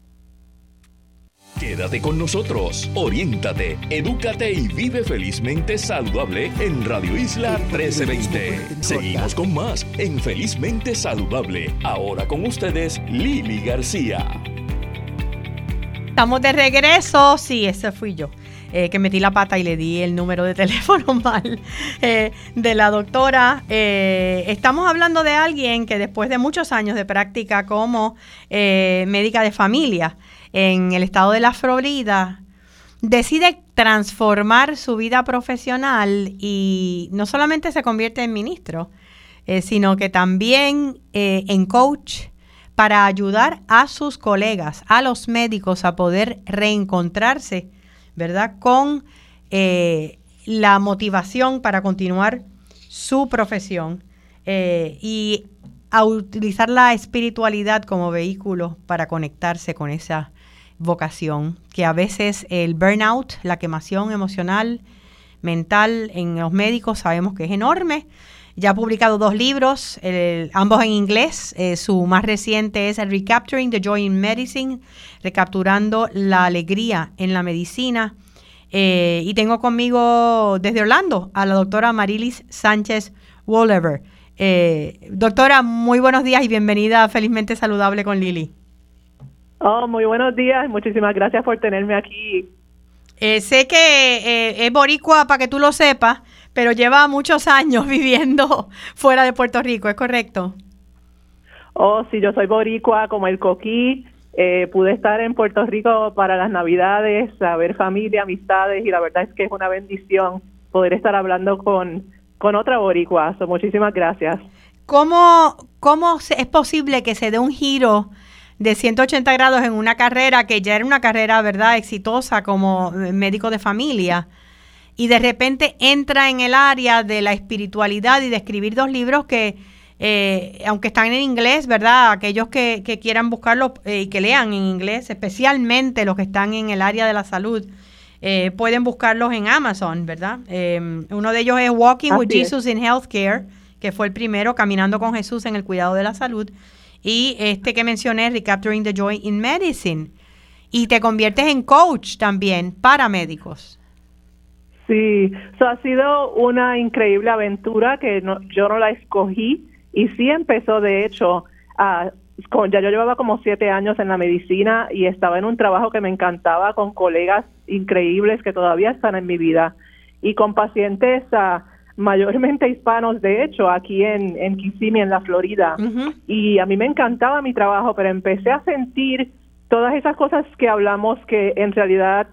Quédate con nosotros, oriéntate, edúcate y vive felizmente saludable en Radio Isla 1320. Seguimos con más en Felizmente Saludable. Ahora con ustedes, Lili García. Estamos de regreso. Sí, ese fui yo, que metí la pata y le di el número de teléfono mal de la doctora. Estamos hablando de alguien que después de muchos años de práctica como médica de familia en el estado de la Florida, decide transformar su vida profesional y no solamente se convierte en ministro, sino que también en coach para ayudar a sus colegas, a los médicos a poder reencontrarse, ¿verdad? Con la motivación para continuar su profesión y a utilizar la espiritualidad como vehículo para conectarse con esa vocación, que a veces el burnout, la quemación emocional, mental en los médicos sabemos que es enorme. Ya ha publicado 2 libros, ambos en inglés. Su más reciente es Recapturing the Joy in Medicine, recapturando la alegría en la medicina. Y tengo conmigo desde Orlando a la doctora Marilis Sánchez Wolever. Doctora, muy buenos días y bienvenida a Felizmente Saludable con Lili. Oh, muy buenos días. Muchísimas gracias por tenerme aquí. Sé que es boricua, para que tú lo sepas, pero lleva muchos años viviendo fuera de Puerto Rico, ¿es correcto? Oh, sí, yo soy boricua como el coquí. Pude estar en Puerto Rico para las Navidades, a ver familia, amistades, y la verdad es que es una bendición poder estar hablando con otra boricua. So, muchísimas gracias. ¿Cómo es posible que se dé un giro de 180 grados en una carrera que ya era una carrera, ¿verdad?, exitosa como médico de familia, y de repente entra en el área de la espiritualidad y de escribir 2 libros que, aunque están en inglés, ¿verdad?, aquellos que quieran buscarlos y que lean en inglés, especialmente los que están en el área de la salud, pueden buscarlos en Amazon, ¿verdad? Uno de ellos es Walking with Jesus in Healthcare, que fue el primero, Caminando con Jesús en el Cuidado de la Salud, y este que mencioné, Recapturing the Joy in Medicine. Y te conviertes en coach también para médicos. Sí, ha sido una increíble aventura que yo no la escogí, y sí empezó, de hecho, ya yo llevaba como 7 años en la medicina y estaba en un trabajo que me encantaba con colegas increíbles que todavía están en mi vida y con pacientes mayormente hispanos, de hecho, aquí en Kissimmee, en la Florida. Uh-huh. Y a mí me encantaba mi trabajo, pero empecé a sentir todas esas cosas que hablamos que en realidad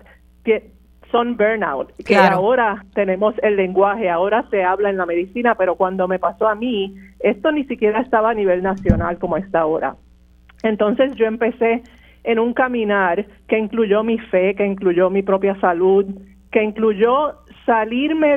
son burnout, que claro, ahora tenemos el lenguaje, ahora se habla en la medicina, pero cuando me pasó a mí, esto ni siquiera estaba a nivel nacional como está ahora. Entonces yo empecé en un caminar que incluyó mi fe, que incluyó mi propia salud, que incluyó salirme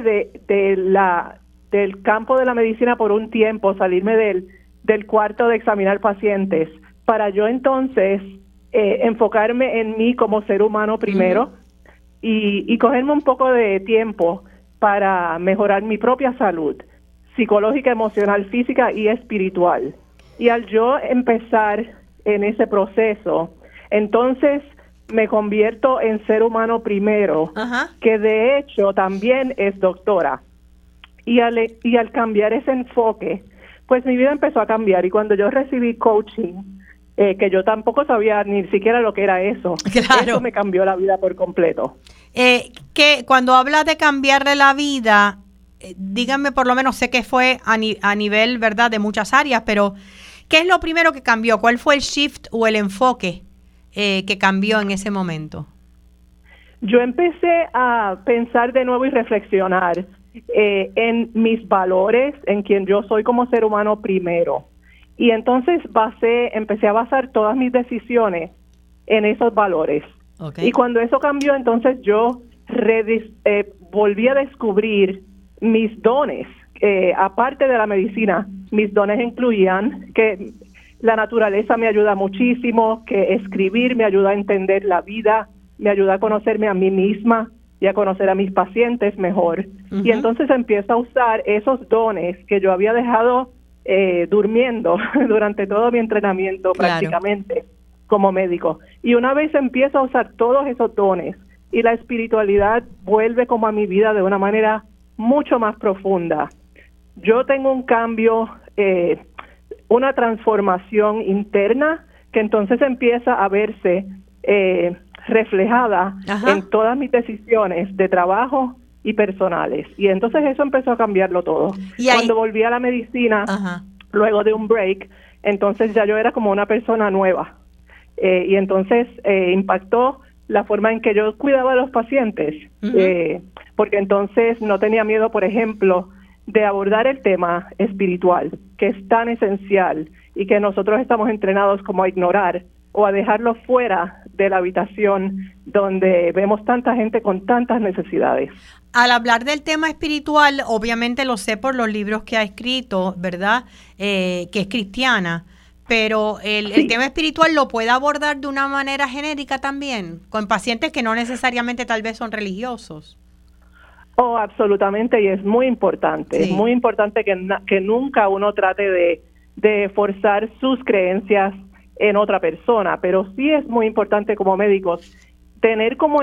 del campo de la medicina por un tiempo, salirme del cuarto de examinar pacientes, para yo entonces enfocarme en mí como ser humano primero, uh-huh, y cogerme un poco de tiempo para mejorar mi propia salud psicológica, emocional, física y espiritual. Y al yo empezar en ese proceso, entonces me convierto en ser humano primero, uh-huh, que de hecho también es doctora. Y al cambiar ese enfoque, pues mi vida empezó a cambiar. Y cuando yo recibí coaching, que yo tampoco sabía ni siquiera lo que era eso, claro, eso me cambió la vida por completo. Que cuando habla de cambiarle la vida, díganme, por lo menos sé que fue a nivel, ¿verdad?, de muchas áreas, pero ¿qué es lo primero que cambió? ¿Cuál fue el shift o el enfoque que cambió en ese momento? Yo empecé a pensar de nuevo y reflexionar en mis valores, en quien yo soy como ser humano primero. Y entonces empecé a basar todas mis decisiones en esos valores. Okay. Y cuando eso cambió, entonces yo volví a descubrir mis dones. Aparte de la medicina, mis dones incluían que la naturaleza me ayuda muchísimo, que escribir me ayuda a entender la vida, me ayuda a conocerme a mí misma y a conocer a mis pacientes mejor. Uh-huh. Y entonces empiezo a usar esos dones que yo había dejado durmiendo durante todo mi entrenamiento, claro, prácticamente como médico. Y una vez empiezo a usar todos esos dones y la espiritualidad vuelve como a mi vida de una manera mucho más profunda. Yo tengo un cambio, una transformación interna que entonces empieza a verse reflejada, ajá, en todas mis decisiones de trabajo y personales. Y entonces eso empezó a cambiarlo todo. Cuando volví a la medicina, ajá, luego de un break, entonces ya yo era como una persona nueva. Y entonces impactó la forma en que yo cuidaba a los pacientes, uh-huh, porque entonces no tenía miedo, por ejemplo, de abordar el tema espiritual, que es tan esencial y que nosotros estamos entrenados como a ignorar o a dejarlo fuera de la habitación donde vemos tanta gente con tantas necesidades. Al hablar del tema espiritual, obviamente lo sé por los libros que ha escrito, ¿verdad? Que es cristiana, pero el tema espiritual lo puede abordar de una manera genérica también, con pacientes que no necesariamente tal vez son religiosos. Oh, absolutamente, y es muy importante. Es muy importante que nunca uno trate de forzar sus creencias en otra persona, pero sí es muy importante como médicos tener como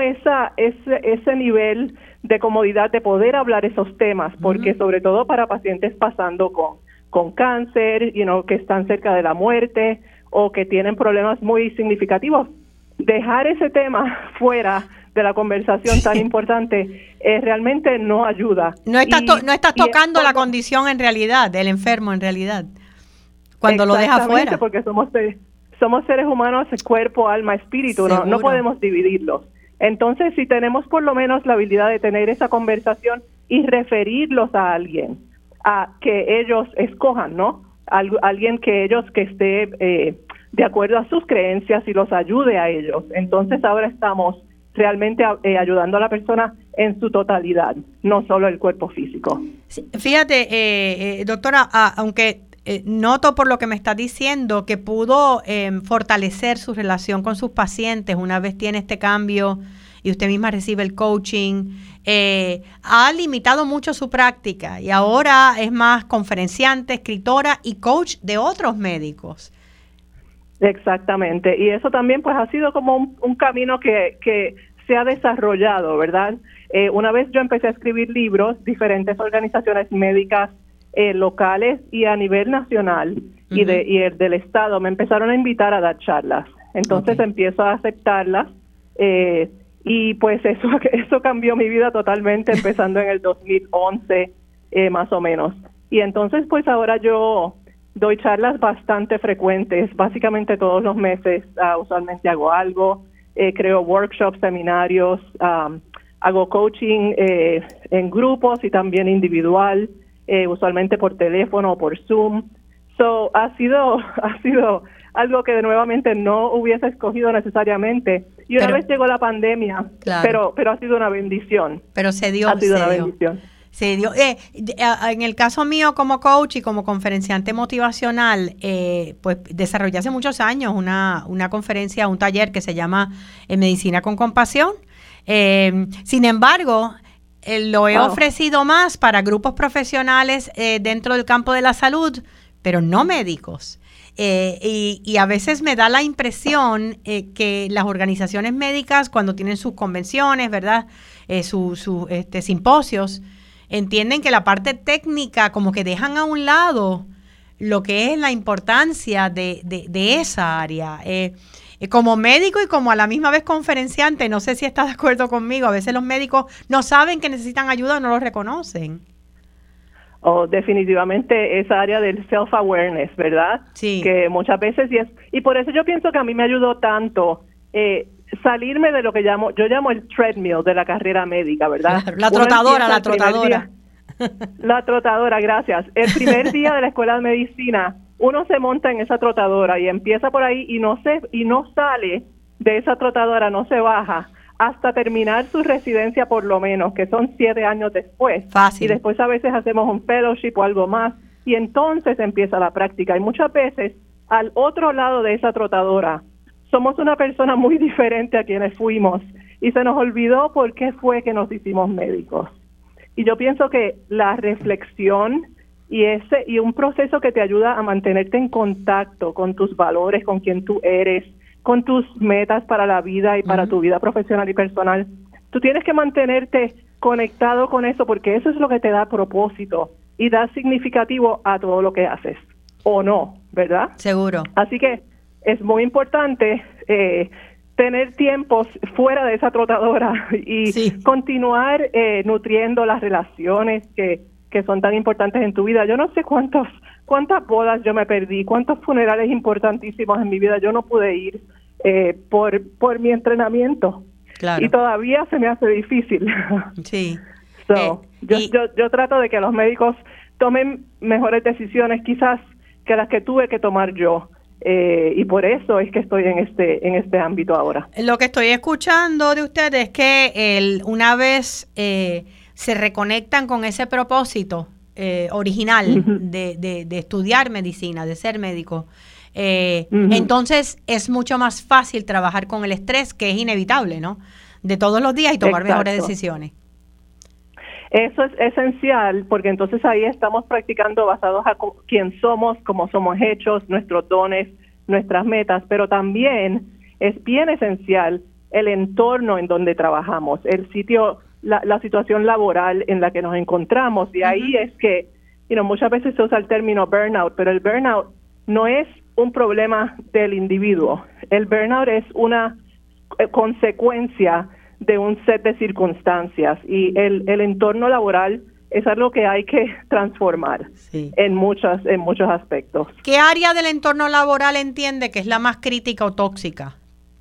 ese nivel de comodidad de poder hablar esos temas, porque sobre todo para pacientes pasando con cáncer, que están cerca de la muerte o que tienen problemas muy significativos, dejar ese tema fuera de la conversación tan importante realmente no ayuda. No estás tocando la condición en realidad, del enfermo en realidad, cuando lo deja fuera. Porque somos seres humanos, cuerpo, alma, espíritu, no podemos dividirlos. Entonces, si tenemos por lo menos la habilidad de tener esa conversación y referirlos a alguien, a que ellos escojan, ¿no? Alguien que esté de acuerdo a sus creencias y los ayude a ellos. Entonces, ahora estamos realmente ayudando a la persona en su totalidad, no solo el cuerpo físico. Sí, fíjate, doctora, aunque noto por lo que me está diciendo que pudo fortalecer su relación con sus pacientes una vez tiene este cambio y usted misma recibe el coaching, ha limitado mucho su práctica y ahora es más conferenciante, escritora y coach de otros médicos. Exactamente, y eso también pues ha sido como un camino que se ha desarrollado, ¿verdad? Una vez yo empecé a escribir libros, diferentes organizaciones médicas locales y a nivel nacional y del Estado me empezaron a invitar a dar charlas. Entonces empiezo a aceptarlas y pues eso cambió mi vida totalmente empezando en el 2011 más o menos. Y entonces pues ahora yo doy charlas bastante frecuentes, básicamente todos los meses. Usualmente hago algo, creo workshops, seminarios, hago coaching en grupos y también individual. Usualmente por teléfono o por Zoom. So, ha sido algo que nuevamente no hubiese escogido necesariamente. Y una vez llegó la pandemia, claro, pero ha sido una bendición. Pero se dio. Bendición. Se dio. En el caso mío como coach y como conferenciante motivacional, pues desarrollé hace muchos años una conferencia, un taller que se llama Medicina con Compasión. Sin embargo, lo he ofrecido más para grupos profesionales dentro del campo de la salud, pero no médicos. Y a veces me da la impresión que las organizaciones médicas, cuando tienen sus convenciones, ¿verdad? Sus simposios, entienden que la parte técnica como que dejan a un lado lo que es la importancia de esa área. Como médico y como a la misma vez conferenciante, no sé si estás de acuerdo conmigo, a veces los médicos no saben que necesitan ayuda o no lo reconocen. Definitivamente esa área del self-awareness, ¿verdad? Sí. Que muchas veces, y por eso yo pienso que a mí me ayudó tanto salirme de lo que yo llamo el treadmill de la carrera médica, ¿verdad? Claro, la trotadora. La trotadora, gracias. El primer día de la escuela de medicina, uno se monta en esa trotadora y empieza por ahí y no sale de esa trotadora, no se baja hasta terminar su residencia por lo menos, que son 7 años después. Fácil. Y después a veces hacemos un fellowship o algo más y entonces empieza la práctica. Y muchas veces al otro lado de esa trotadora somos una persona muy diferente a quienes fuimos y se nos olvidó por qué fue que nos hicimos médicos. Y yo pienso que la reflexión y un proceso que te ayuda a mantenerte en contacto con tus valores, con quien tú eres, con tus metas para la vida y para tu vida profesional y personal. Tú tienes que mantenerte conectado con eso porque eso es lo que te da propósito y da significativo a todo lo que haces, o no, ¿verdad? Seguro. Así que es muy importante tener tiempos fuera de esa trotadora y continuar nutriendo las relaciones que son tan importantes en tu vida. Yo no sé cuántas bodas yo me perdí, cuántos funerales importantísimos en mi vida yo no pude ir por mi entrenamiento. Claro. Y todavía se me hace difícil. Sí. Yo trato de que los médicos tomen mejores decisiones quizás que las que tuve que tomar yo. Y por eso es que estoy en este ámbito ahora. Lo que estoy escuchando de ustedes es que una vez se reconectan con ese propósito original de estudiar medicina, de ser médico, entonces es mucho más fácil trabajar con el estrés, que es inevitable, ¿no? De todos los días, y tomar mejores decisiones. Eso es esencial, porque entonces ahí estamos practicando basados a quién somos, cómo somos hechos, nuestros dones, nuestras metas, pero también es bien esencial el entorno en donde trabajamos, el sitio, la situación laboral en la que nos encontramos, y ahí es que, muchas veces se usa el término burnout, pero el burnout no es un problema del individuo, el burnout es una consecuencia de un set de circunstancias, y el entorno laboral es algo que hay que transformar en muchos aspectos. ¿Qué área del entorno laboral entiende que es la más crítica o tóxica?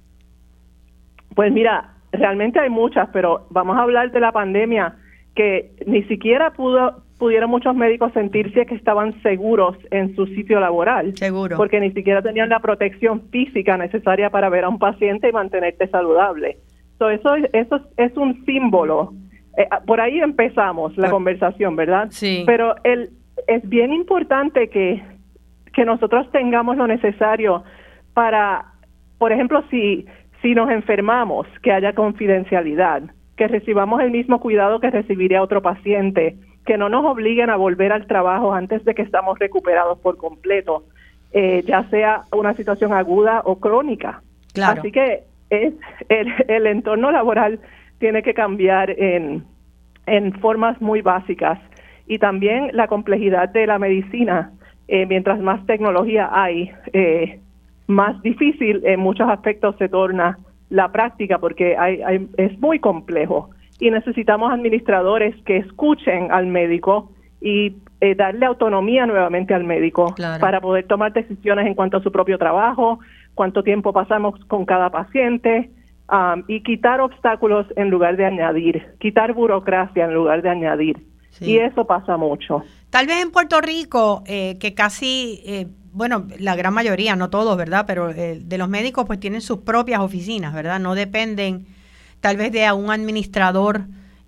Pues mira, realmente hay muchas, pero vamos a hablar de la pandemia, que ni siquiera pudieron muchos médicos sentirse que estaban seguros en su sitio laboral. Seguro. Porque ni siquiera tenían la protección física necesaria para ver a un paciente y mantenerte saludable. Eso es un símbolo. Por ahí empezamos la conversación, ¿verdad? Sí. Pero es bien importante que nosotros tengamos lo necesario para, por ejemplo, si nos enfermamos, que haya confidencialidad, que recibamos el mismo cuidado que recibiría otro paciente, que no nos obliguen a volver al trabajo antes de que estamos recuperados por completo, ya sea una situación aguda o crónica. Claro. Así que el entorno laboral tiene que cambiar en formas muy básicas, y también la complejidad de la medicina, mientras más tecnología hay, más difícil en muchos aspectos se torna la práctica, porque es muy complejo, y necesitamos administradores que escuchen al médico y darle autonomía nuevamente al médico, claro, para poder tomar decisiones en cuanto a su propio trabajo, cuánto tiempo pasamos con cada paciente, y quitar obstáculos en lugar de añadir, quitar burocracia en lugar de añadir. Sí. Y eso pasa mucho. Tal vez en Puerto Rico, que casi, la gran mayoría, no todos, ¿verdad? Pero de los médicos pues tienen sus propias oficinas, ¿verdad? No dependen tal vez de un administrador.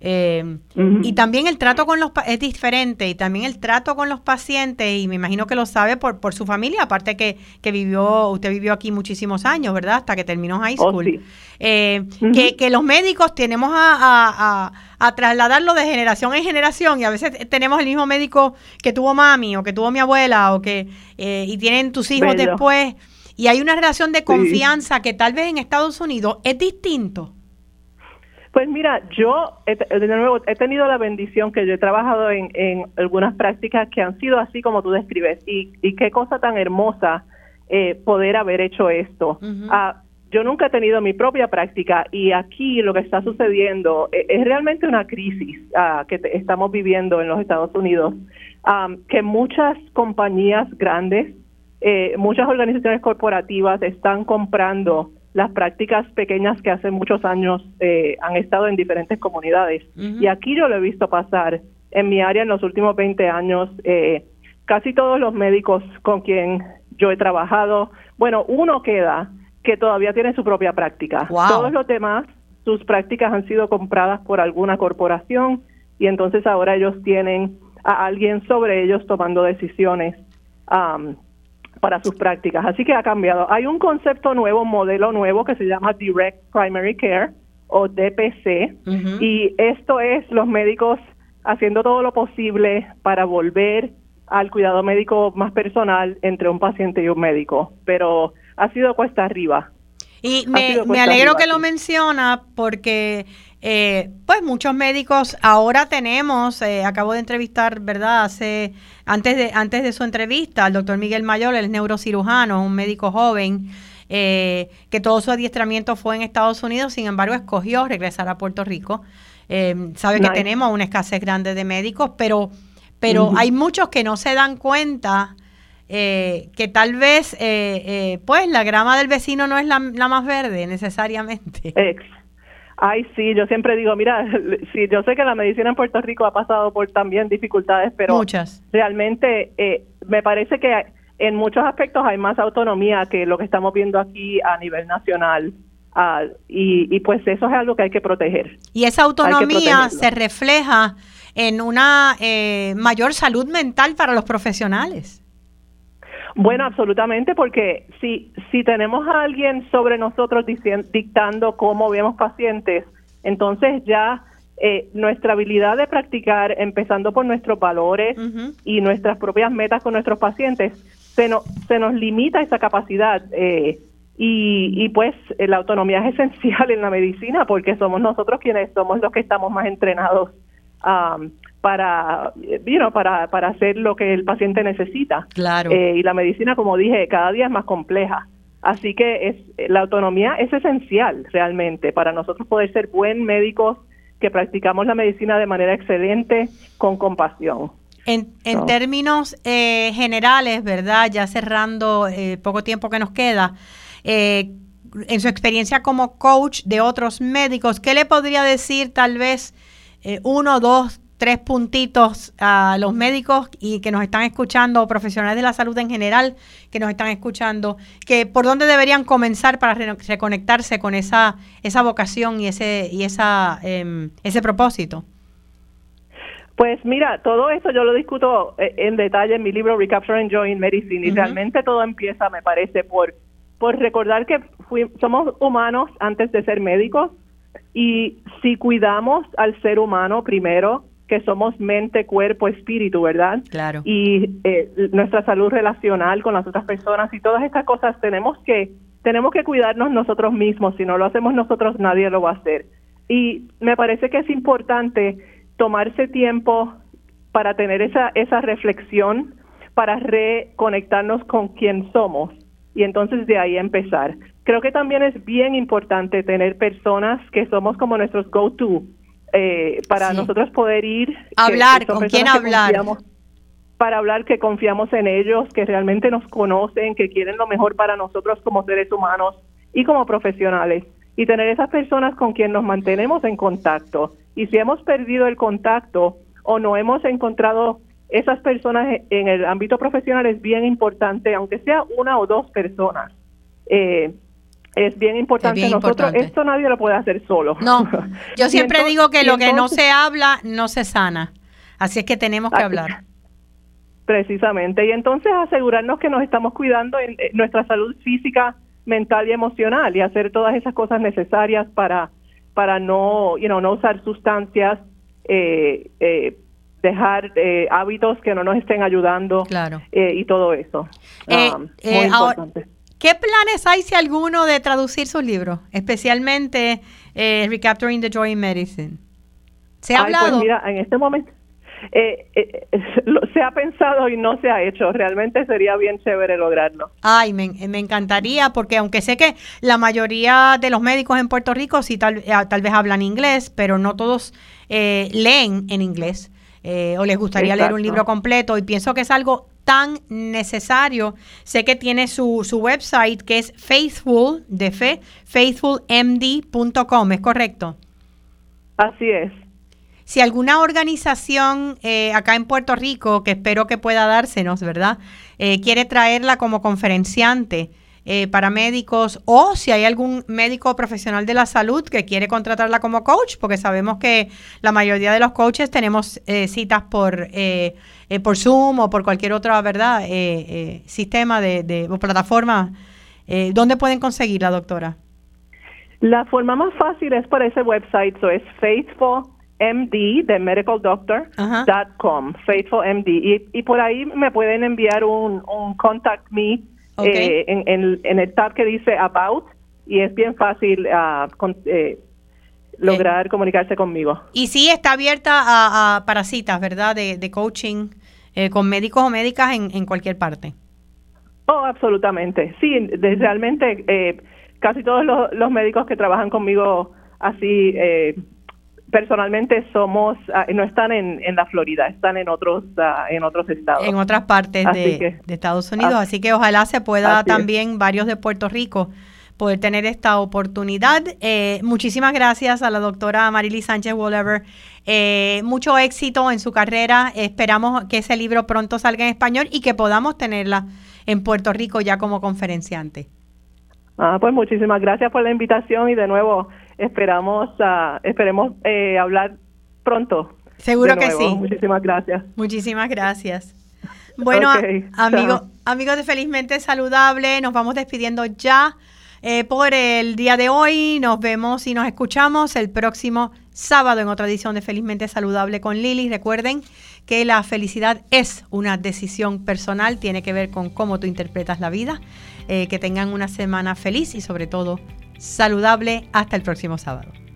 Y también el trato con es diferente, y también el trato con los pacientes, y me imagino que lo sabe por su familia, aparte que usted vivió aquí muchísimos años, ¿verdad? Hasta que terminó high school. Sí. Que los médicos tenemos a trasladarlo de generación en generación, y a veces tenemos el mismo médico que tuvo mami o que tuvo mi abuela, o que y tienen tus hijos después, y hay una relación de confianza que tal vez en Estados Unidos es distinto. Pues mira, yo de nuevo he tenido la bendición que yo he trabajado en algunas prácticas que han sido así como tú describes, y qué cosa tan hermosa poder haber hecho esto. Yo nunca he tenido mi propia práctica, y aquí lo que está sucediendo es realmente una crisis que estamos viviendo en los Estados Unidos, que muchas compañías grandes, muchas organizaciones corporativas están comprando las prácticas pequeñas que hace muchos años han estado en diferentes comunidades. Y aquí yo lo he visto pasar en mi área en los últimos 20 años. Casi todos los médicos con quien yo he trabajado, uno queda que todavía tiene su propia práctica. Wow. Todos los demás, sus prácticas han sido compradas por alguna corporación, y entonces ahora ellos tienen a alguien sobre ellos tomando decisiones para sus prácticas. Así que ha cambiado. Hay un concepto nuevo, un modelo nuevo que se llama Direct Primary Care, o DPC, y esto es los médicos haciendo todo lo posible para volver al cuidado médico más personal entre un paciente y un médico, pero ha sido cuesta arriba. Y me alegro que lo menciona, porque pues muchos médicos ahora tenemos, acabo de entrevistar, ¿verdad? Antes de su entrevista, al doctor Miguel Mayor, él es neurocirujano, un médico joven, que todo su adiestramiento fue en Estados Unidos, sin embargo escogió regresar a Puerto Rico. Sabe que tenemos una escasez grande de médicos, pero hay muchos que no se dan cuenta que tal vez pues la grama del vecino no es la más verde necesariamente. Ay, sí, yo siempre digo, mira, sí, yo sé que la medicina en Puerto Rico ha pasado por también dificultades, pero muchas. Realmente me parece que en muchos aspectos hay más autonomía que lo que estamos viendo aquí a nivel nacional. Y pues eso es algo que hay que proteger. Y esa autonomía se refleja en una mayor salud mental para los profesionales. Bueno, absolutamente, porque si tenemos a alguien sobre nosotros dictando cómo vemos pacientes, entonces ya nuestra habilidad de practicar, empezando por nuestros valores y nuestras propias metas con nuestros pacientes, se nos limita esa capacidad. Y pues la autonomía es esencial en la medicina porque somos nosotros quienes somos los que estamos más entrenados para hacer lo que el paciente necesita. Claro. Y la medicina, como dije, cada día es más compleja. Así que la autonomía es esencial realmente para nosotros poder ser buen médicos que practicamos la medicina de manera excelente, con compasión. En términos generales, ¿verdad? Ya cerrando poco tiempo que nos queda, en su experiencia como coach de otros médicos, ¿qué le podría decir tal vez 1, 2, 3 puntitos a los médicos y que nos están escuchando, o profesionales de la salud en general que nos están escuchando, que por dónde deberían comenzar para reconectarse con esa vocación y ese propósito? Pues mira, todo eso yo lo discuto en detalle en mi libro Recapturing Joy in Medicine y realmente todo empieza, me parece, por recordar que somos humanos antes de ser médicos, y si cuidamos al ser humano primero, que somos mente, cuerpo, espíritu, ¿verdad? Claro. Y nuestra salud relacional con las otras personas y todas estas cosas, tenemos que cuidarnos nosotros mismos. Si no lo hacemos nosotros, nadie lo va a hacer. Y me parece que es importante tomarse tiempo para tener esa reflexión, para reconectarnos con quién somos y entonces de ahí empezar. Creo que también es bien importante tener personas que somos como nuestros go-to para nosotros poder ir. Hablar, ¿con quién hablar? Para hablar, que confiamos en ellos, que realmente nos conocen, que quieren lo mejor para nosotros como seres humanos y como profesionales. Y tener esas personas con quien nos mantenemos en contacto. Y si hemos perdido el contacto o no hemos encontrado esas personas en el ámbito profesional, es bien importante, aunque sea 1 o 2 personas, es bien importante. Esto nadie lo puede hacer solo. No, yo siempre digo que lo que no se habla, no se sana. Así es que tenemos que hablar. Precisamente. Y entonces asegurarnos que nos estamos cuidando en nuestra salud física, mental y emocional, y hacer todas esas cosas necesarias para no usar sustancias, dejar hábitos que no nos estén ayudando. Claro. Y todo eso. Muy importante. ¿Qué planes hay, si alguno, de traducir sus libros, especialmente Recapturing the Joy in Medicine? ¿Se ha hablado? Pues mira, en este momento se ha pensado y no se ha hecho. Realmente sería bien chévere lograrlo. Ay, me encantaría, porque aunque sé que la mayoría de los médicos en Puerto Rico sí tal vez hablan inglés, pero no todos leen en inglés o les gustaría leer un libro completo, y pienso que es algo tan necesario. Sé que tiene su website, que es Faithful, de fe, faithfulmd.com, ¿es correcto? Así es. Si alguna organización acá en Puerto Rico, que espero que pueda dársenos, ¿verdad?, quiere traerla como conferenciante para médicos, o si hay algún médico profesional de la salud que quiere contratarla como coach, porque sabemos que la mayoría de los coaches tenemos citas por Zoom o por cualquier otra, ¿verdad?, sistema o plataforma. ¿Dónde pueden conseguirla, doctora? La forma más fácil es por ese website, es FaithfulMD, de medicaldoctor.com, FaithfulMD. Y por ahí me pueden enviar un contact me en el tab que dice About, y es bien fácil lograr comunicarse conmigo. Y sí está abierta para citas, ¿verdad?, de coaching con médicos o médicas en cualquier parte. Oh, absolutamente. Sí, realmente casi todos los médicos que trabajan conmigo así personalmente no están en la Florida, están en otros estados. En otras partes de Estados Unidos, así que ojalá se pueda también varios de Puerto Rico poder tener esta oportunidad. Muchísimas gracias a la doctora Marily Sánchez Wolever. Mucho éxito en su carrera. Esperamos que ese libro pronto salga en español y que podamos tenerla en Puerto Rico ya como conferenciante. Pues muchísimas gracias por la invitación y de nuevo esperemos hablar pronto. Seguro que sí. Muchísimas gracias. Muchísimas gracias. Bueno, Okay, amigos de Felizmente Saludable, nos vamos despidiendo ya por el día de hoy. Nos vemos y nos escuchamos el próximo sábado en otra edición de Felizmente Saludable con Lili. Recuerden que la felicidad es una decisión personal, tiene que ver con cómo tú interpretas la vida. Que tengan una semana feliz y sobre todo saludable. Hasta el próximo sábado.